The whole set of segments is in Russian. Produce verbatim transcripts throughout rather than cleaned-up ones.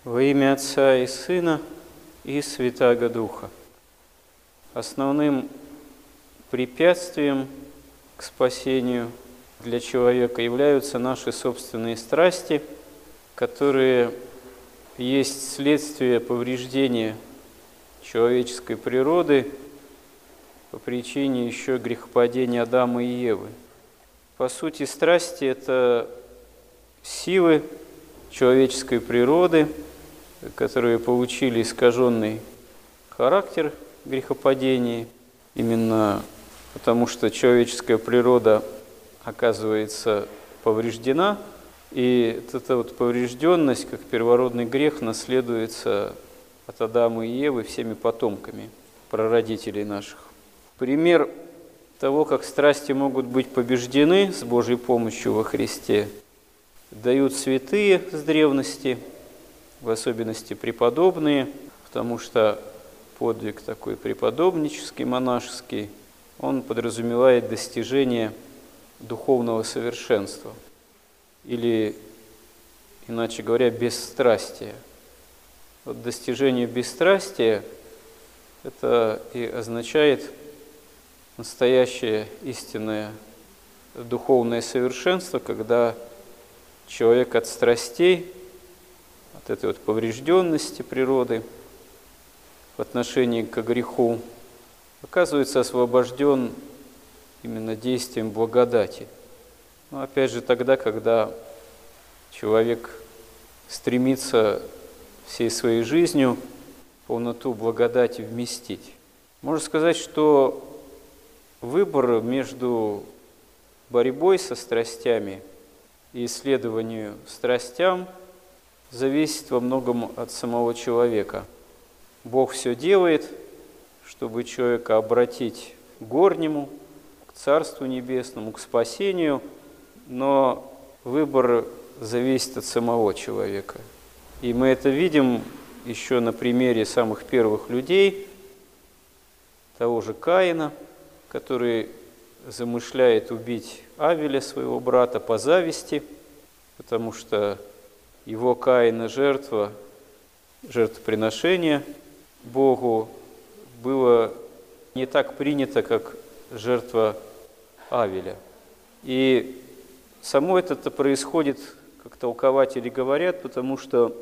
Во имя Отца и Сына и Святаго Духа. Основным препятствием к спасению для человека являются наши собственные страсти, которые есть следствие повреждения человеческой природы по причине еще грехопадения Адама и Евы. По сути, страсти – это силы человеческой природы, которые получили искаженный характер грехопадения, именно потому что человеческая природа оказывается повреждена, и эта вот поврежденность, как первородный грех, наследуется от Адама и Евы всеми потомками прародителей наших. Пример того, как страсти могут быть побеждены с Божьей помощью во Христе, дают святые с древности, в особенности преподобные, потому что подвиг такой преподобнический, монашеский, он подразумевает достижение духовного совершенства, или, иначе говоря, бесстрастия. Вот достижение бесстрастия – это и означает настоящее истинное духовное совершенство, когда человек от страстей, от этой вот поврежденности природы в отношении к греху, оказывается освобожден именно действием благодати. Но опять же тогда, когда человек стремится всей своей жизнью полноту благодати вместить. Можно сказать, что выбор между борьбой со страстями и исследованию страстям зависит во многом от самого человека. Бог все делает, чтобы человека обратить к горнему, к Царству Небесному, к спасению, но выбор зависит от самого человека. И мы это видим еще на примере самых первых людей, того же Каина, который замышляет убить Авеля, своего брата, по зависти, потому что его Каина жертва, жертвоприношение Богу было не так принято, как жертва Авеля. И само это происходит, как толкователи говорят, потому что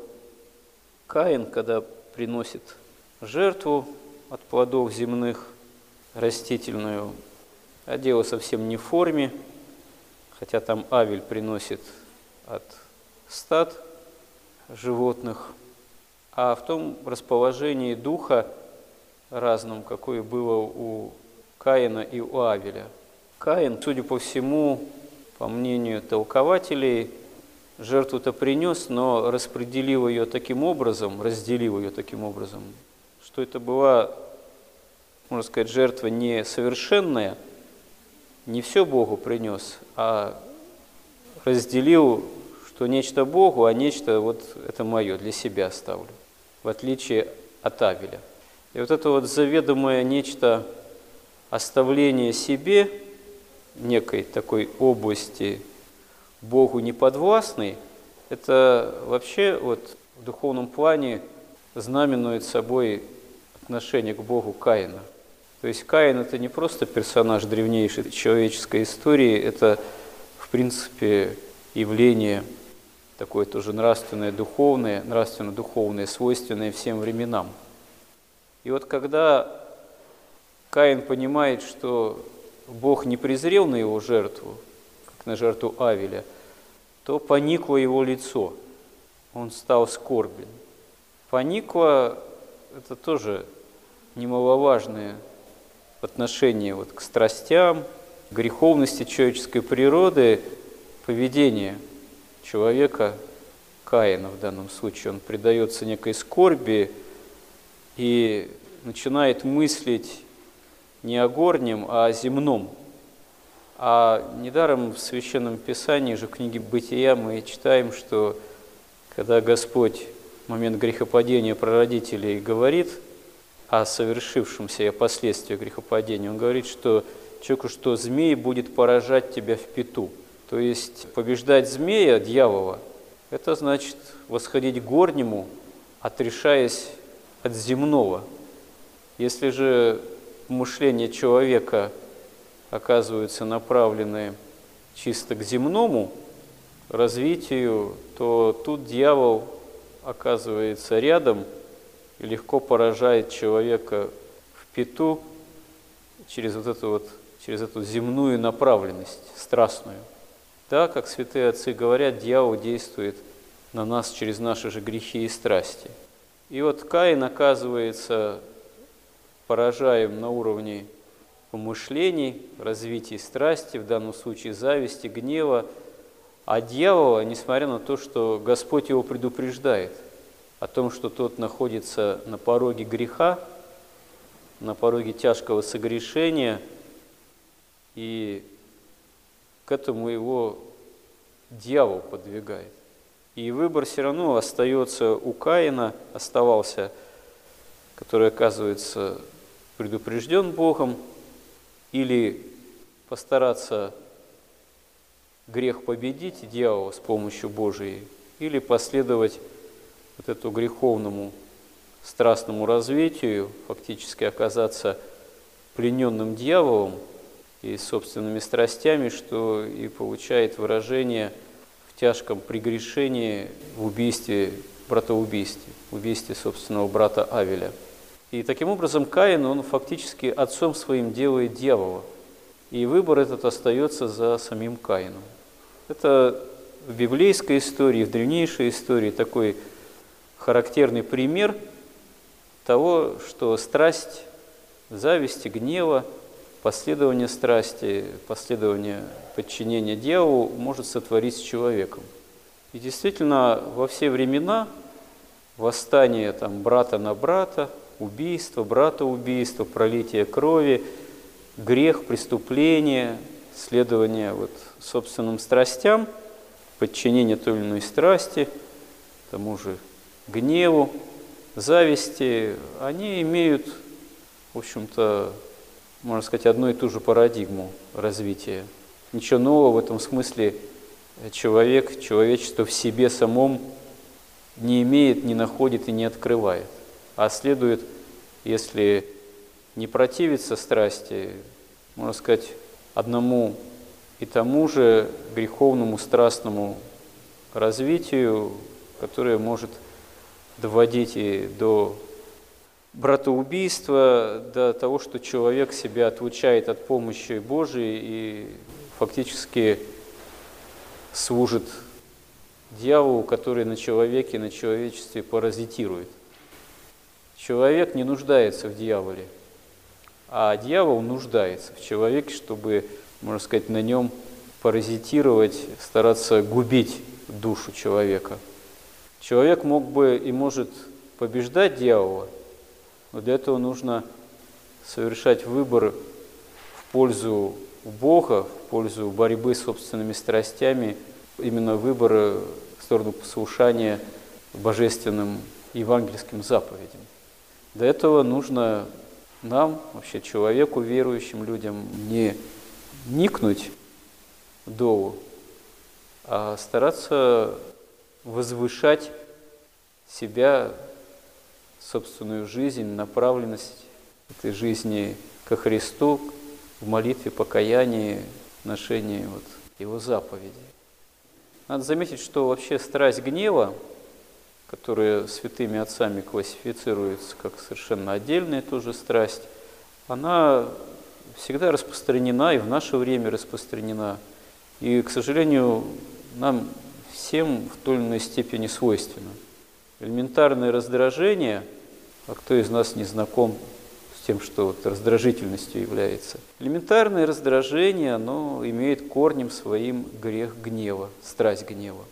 Каин, когда приносит жертву от плодов земных, растительную, а дело совсем не в форме, хотя там Авель приносит от стад животных, а в том расположении духа разном, какое было у Каина и у Авеля. Каин, судя по всему, по мнению толкователей, жертву-то принес, но распределил ее таким образом, разделил ее таким образом, что это была, можно сказать, жертва не совершенная, не все Богу принес, а разделил, что нечто Богу, а нечто вот это мое, для себя оставлю, в отличие от Авеля. И вот это вот заведомое нечто оставление себе, некой такой области Богу неподвластной, это вообще вот в духовном плане знаменует собой отношение к Богу Каина. То есть Каин – это не просто персонаж древнейшей человеческой истории, это, в принципе, явление такое тоже нравственное, духовное, нравственно-духовное, свойственное всем временам. И вот когда Каин понимает, что Бог не презрел на его жертву, как на жертву Авеля, то поникло его лицо, он стал скорбен. Поникло – это тоже немаловажное в отношении вот к страстям, греховности человеческой природы, поведение человека, Каина в данном случае. Он предается некой скорби и начинает мыслить не о горнем, а о земном. А недаром в Священном Писании же в книге Бытия мы читаем, что когда Господь в момент грехопадения прародителей говорит о совершившемся и о последствиях грехопадения, Он говорит, что человеку, что змей будет поражать тебя в пяту. То есть побеждать змея, дьявола, это значит восходить к горнему отрешаясь от земного. Если же мышление человека оказываются направлены чисто к земному развитию, то тут дьявол оказывается рядом и легко поражает человека в пяту через вот эту вот, через эту земную направленность, страстную. Да, как святые отцы говорят, дьявол действует на нас через наши же грехи и страсти. И вот Каин оказывается поражаем на уровне помышлений, развития страсти, в данном случае зависти, гнева, а дьявола, несмотря на то, что Господь его предупреждает о том, что тот находится на пороге греха, на пороге тяжкого согрешения, и к этому его дьявол подвигает. И выбор все равно остается у Каина, оставался, который, оказывается, предупрежден Богом, или постараться грех победить дьявола с помощью Божией, или последовать вот этому греховному страстному развитию, фактически оказаться плененным дьяволом и собственными страстями, что и получает выражение в тяжком прегрешении в убийстве, братоубийстве, убийстве собственного брата Авеля. И таким образом Каин, он фактически отцом своим делает дьявола. И выбор этот остается за самим Каином. Это в библейской истории, в древнейшей истории такой характерный пример того, что страсть зависти, гнева, последование страсти, последование подчинения дьяволу может сотворить с человеком. И действительно, во все времена восстание там, брата на брата, убийство, братоубийство, пролитие крови, грех, преступление, следование вот собственным страстям, подчинение той или иной страсти, тому же гневу, зависти, они имеют, в общем-то, можно сказать, одну и ту же парадигму развития. Ничего нового в этом смысле человек, человечество в себе самом не имеет, не находит и не открывает. А следует, если не противиться страсти, можно сказать, одному и тому же греховному, страстному развитию, которое может доводить и до братоубийства, до того, что человек себя отлучает от помощи Божией и фактически служит дьяволу, который на человеке, на человечестве паразитирует. Человек не нуждается в дьяволе, а дьявол нуждается в человеке, чтобы, можно сказать, на нем паразитировать, стараться губить душу человека. Человек мог бы и может побеждать дьявола, но для этого нужно совершать выбор в пользу Бога, в пользу борьбы с собственными страстями, именно выбор в сторону послушания божественным евангельским заповедям. Для этого нужно нам, вообще человеку, верующим людям, не никнуть в долу, а стараться возвышать себя, собственную жизнь, направленность этой жизни ко Христу в молитве, покаянии, отношении вот Его заповедей. Надо заметить, что вообще страсть гнева, которая святыми отцами классифицируется как совершенно отдельная тоже страсть, она всегда распространена и в наше время распространена. И, к сожалению, нам всем в той или иной степени свойственно. Элементарное раздражение, а кто из нас не знаком с тем, что вот раздражительностью является? Элементарное раздражение, оно имеет корнем своим грех гнева, страсть гнева.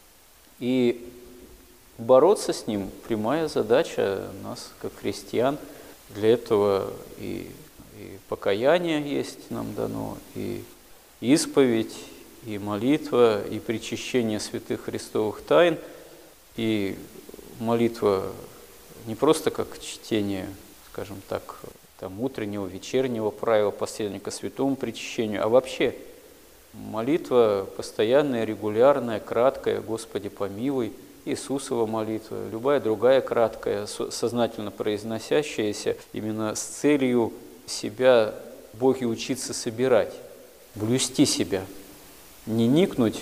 И бороться с ним – прямая задача нас, как христиан. Для этого и, и покаяние есть нам дано, и исповедь, и молитва, и причащение святых христовых тайн, и молитва не просто как чтение, скажем так, там, утреннего, вечернего правила последования к святому причащению, а вообще молитва постоянная, регулярная, краткая, Господи помилуй, Иисусова молитва, любая другая краткая, сознательно произносящаяся именно с целью себя в Боге учиться собирать, блюсти себя, не никнуть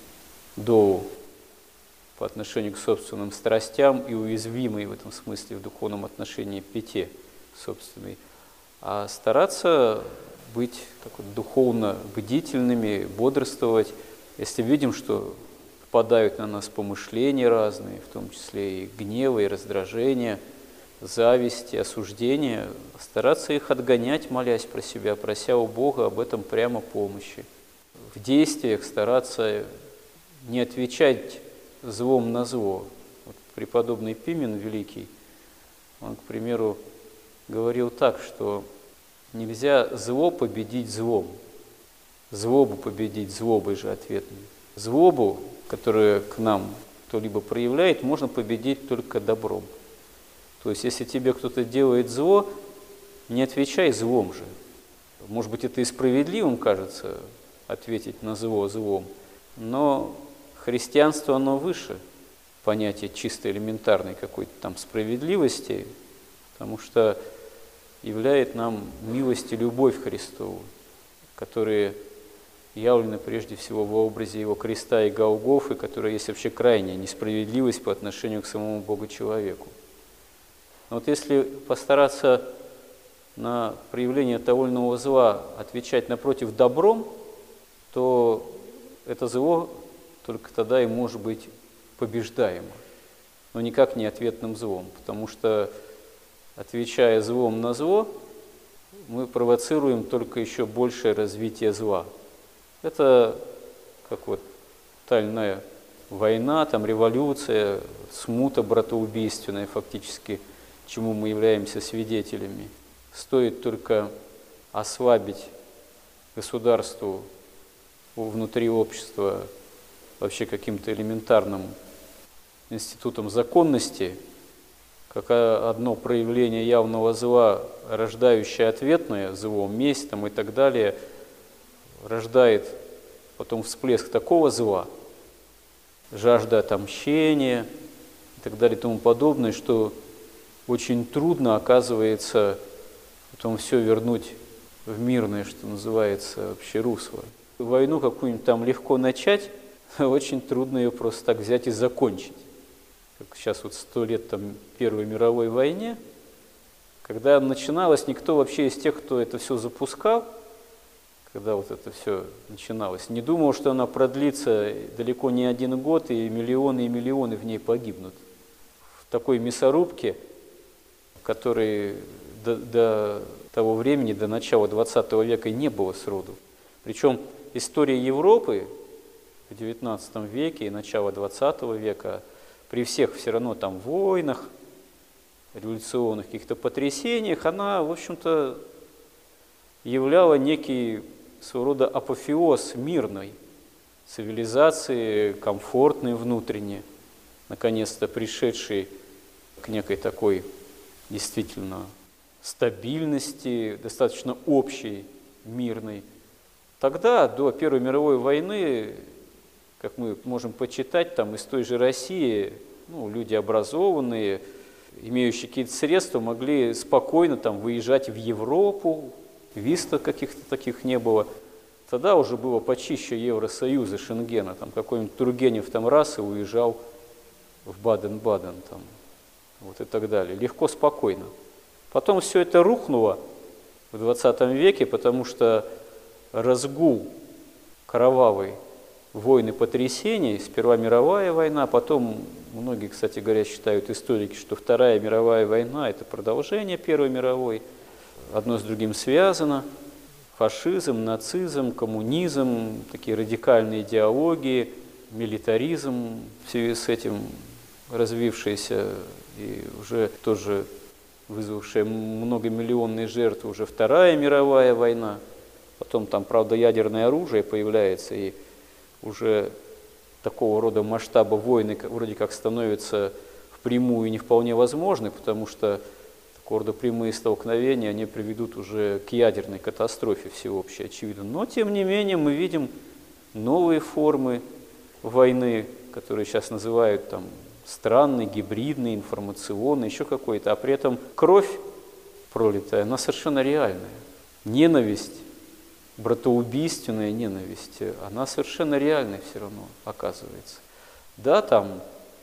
до по отношению к собственным страстям и уязвимой в этом смысле в духовном отношении пяте собственной, а стараться быть так вот, духовно бдительными, бодрствовать, если видим, что попадают на нас помышления разные, в том числе и гневы, и раздражения, зависти, осуждения, стараться их отгонять, молясь про себя, прося у Бога об этом прямо помощи. В действиях стараться не отвечать злом на зло. Вот преподобный Пимен Великий, он, к примеру, говорил так, что нельзя зло победить злом, злобу победить злобой же ответной. Злобу, которую к нам кто-либо проявляет, можно победить только добром. То есть, если тебе кто-то делает зло, не отвечай злом же. Может быть, это и справедливым кажется, ответить на зло злом, но христианство, оно выше понятия чисто элементарной какой-то там справедливости, потому что являет нам милость и любовь Христову, которые явлены прежде всего в образе Его креста и Голгофы, которая есть вообще крайняя несправедливость по отношению к самому Богу-человеку. Но вот если постараться на проявление того или иного зла отвечать напротив добром, то это зло только тогда и может быть побеждаемо, но никак не ответным злом, потому что, отвечая злом на зло, мы провоцируем только еще большее развитие зла. Это как вот тайная война, там революция, смута братоубийственная фактически, чему мы являемся свидетелями. Стоит только ослабить государству внутри общества вообще каким-то элементарным институтом законности, как одно проявление явного зла, рождающее ответное зло, месть там, и так далее, рождает потом всплеск такого зла, жажда отомщения и так далее и тому подобное, что очень трудно оказывается потом все вернуть в мирное, что называется, вообще русло. Войну какую-нибудь там легко начать, очень трудно ее просто так взять и закончить. Как сейчас вот сто лет там Первой мировой войне, когда начиналось, никто вообще из тех, кто это все запускал, когда вот это все начиналось, не думал, что она продлится далеко не один год, и миллионы и миллионы в ней погибнут. В такой мясорубке, которой до, до того времени, до начала двадцатого века не было сроду. Причем история Европы в девятнадцатом веке и начало двадцатого века при всех все равно там войнах, революционных каких-то потрясениях, она, в общем-то, являла некий своего рода апофеоз мирной цивилизации, комфортной внутренне, наконец-то пришедшей к некой такой действительно стабильности, достаточно общей, мирной. Тогда, до Первой мировой войны, как мы можем почитать, там из той же России, ну, люди образованные, имеющие какие-то средства, могли спокойно там выезжать в Европу, виз каких-то таких не было. Тогда уже было почище Евросоюза, Шенгена, там какой-нибудь Тургенев там раз и уезжал в Баден-Баден, там, вот и так далее. Легко, спокойно. Потом все это рухнуло в двадцатом веке, потому что разгул кровавый войны потрясений, сперва мировая война, потом, многие, кстати говоря, считают историки, что Вторая мировая война – это продолжение Первой мировой, одно с другим связано. Фашизм, нацизм, коммунизм, такие радикальные идеологии, милитаризм в связи с этим развившийся и уже тоже вызвавшая многомиллионные жертвы уже Вторая мировая война. Потом там, правда, ядерное оружие появляется, и уже такого рода масштаба войны вроде как становятся впрямую не вполне возможны, потому что такого рода прямые столкновения, они приведут уже к ядерной катастрофе всеобщей, очевидно. Но, тем не менее, мы видим новые формы войны, которые сейчас называют там странный, гибридный, информационный, еще какой-то, а при этом кровь пролитая, она совершенно реальная. Ненависть, братоубийственная ненависть, она совершенно реальной все равно оказывается. Да, там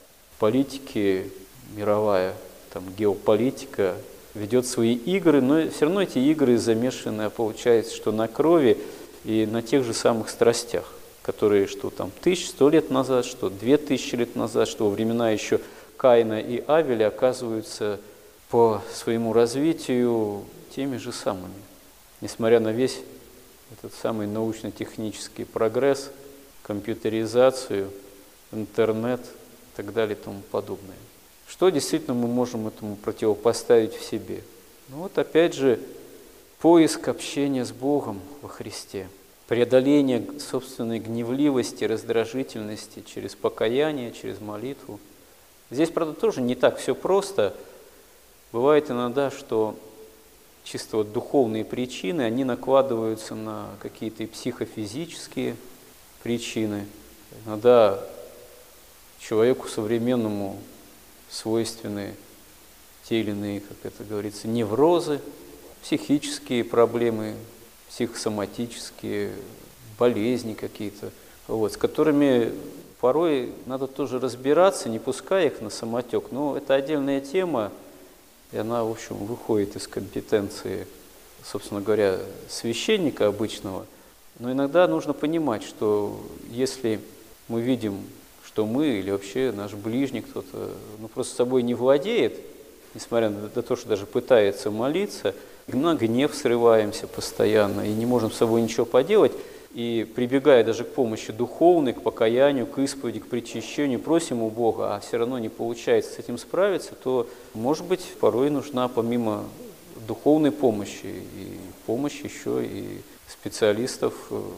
политики, мировая там, геополитика ведет свои игры, но все равно эти игры замешаны, получается, что на крови и на тех же самых страстях, которые что там тысяч сто лет назад, что две тысячи лет назад, что во времена еще Каина и Авеля оказываются по своему развитию теми же самыми. Несмотря на весь этот самый научно-технический прогресс, компьютеризацию, интернет и так далее и тому подобное. Что действительно мы можем этому противопоставить в себе? Ну вот опять же поиск общения с Богом во Христе, преодоление собственной гневливости, раздражительности через покаяние, через молитву. Здесь, правда, тоже не так все просто. Бывает иногда, что чисто вот духовные причины, они накладываются на какие-то психофизические причины. Иногда человеку современному свойственны те или иные, как это говорится, неврозы, психические проблемы, психосоматические болезни какие-то, вот, с которыми порой надо тоже разбираться, не пуская их на самотек. Но это отдельная тема, и она, в общем, выходит из компетенции, собственно говоря, священника обычного. Но иногда нужно понимать, что если мы видим, что мы или вообще наш ближний кто-то ну, просто собой не владеет, несмотря на то, что даже пытается молиться, на гнев срываемся постоянно и не можем с собой ничего поделать, и прибегая даже к помощи духовной, к покаянию, к исповеди, к причащению, просим у Бога, а все равно не получается с этим справиться, то, может быть, порой нужна помимо духовной помощи и помощь еще и специалистов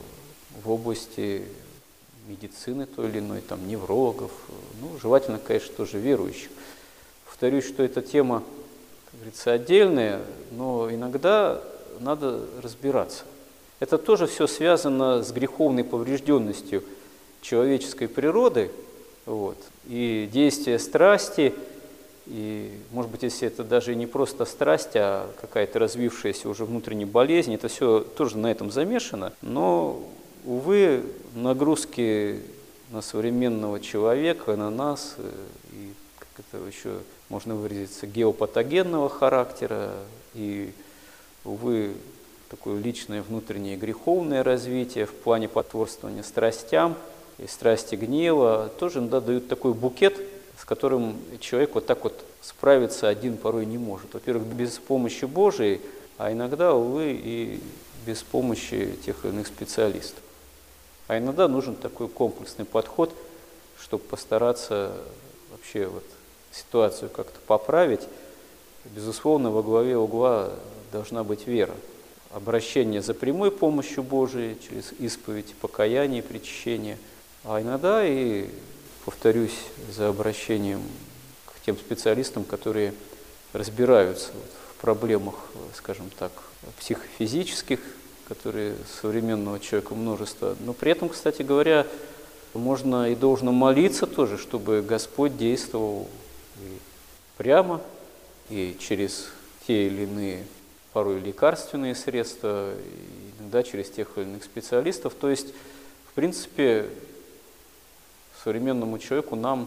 в области медицины той или иной, там, неврологов, ну, желательно, конечно, тоже верующих. Повторюсь, что эта тема, как говорится, отдельная, но иногда надо разбираться. Это тоже все связано с греховной поврежденностью человеческой природы, вот, и действия страсти, и, может быть, если это даже не просто страсть, а какая-то развившаяся уже внутренняя болезнь, это все тоже на этом замешано, но увы, нагрузки на современного человека, на нас, и как это еще можно выразиться, геопатогенного характера, и, увы, такое личное внутреннее греховное развитие в плане потворствования страстям и страсти гнева, тоже иногда дают такой букет, с которым человек вот так вот справиться один порой не может. Во-первых, без помощи Божией, а иногда, увы, и без помощи тех или иных специалистов. А иногда нужен такой комплексный подход, чтобы постараться вообще вот ситуацию как-то поправить. Безусловно, во главе угла должна быть вера. Обращение за прямой помощью Божией, через исповедь, покаяние, причащение. А иногда и, повторюсь, за обращением к тем специалистам, которые разбираются в проблемах, скажем так, психофизических, которые современного человека множество. Но при этом, кстати говоря, можно и должно молиться тоже, чтобы Господь действовал и прямо, и через те или иные порой лекарственные средства, и иногда через тех или иных специалистов. То есть, в принципе, современному человеку нам,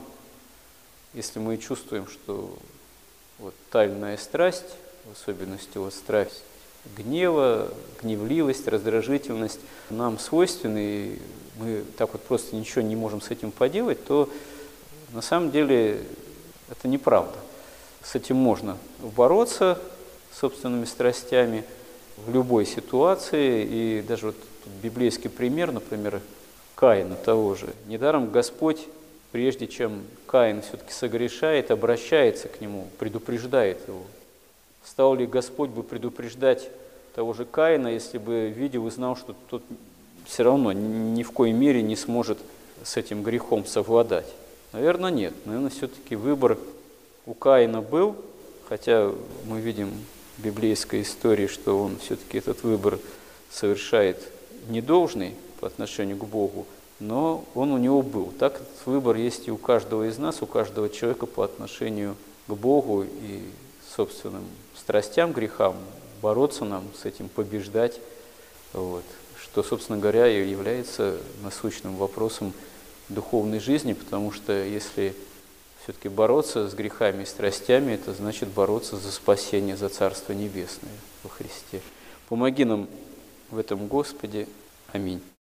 если мы чувствуем, что вот тайная страсть, в особенности вот страсть гнева, гневливость, раздражительность нам свойственны, и мы так вот просто ничего не можем с этим поделать, то на самом деле это неправда. С этим можно бороться собственными страстями в любой ситуации, и даже вот библейский пример, например, Каина того же. Недаром Господь, прежде чем Каин все-таки согрешает, обращается к нему, предупреждает его. Стал ли Господь бы предупреждать того же Каина, если бы видел и знал, что тот все равно ни в коей мере не сможет с этим грехом совладать? Наверное, нет. Наверное, все-таки выбор у Каина был, хотя мы видим в библейской истории, что он все-таки этот выбор совершает недолжный по отношению к Богу, но он у него был. Так этот выбор есть и у каждого из нас, у каждого человека по отношению к Богу и собственным страстям, грехам, бороться нам с этим, побеждать, вот, что, собственно говоря, и является насущным вопросом духовной жизни, потому что если все-таки бороться с грехами и страстями, это значит бороться за спасение, за Царство Небесное во Христе. Помоги нам в этом, Господи. Аминь.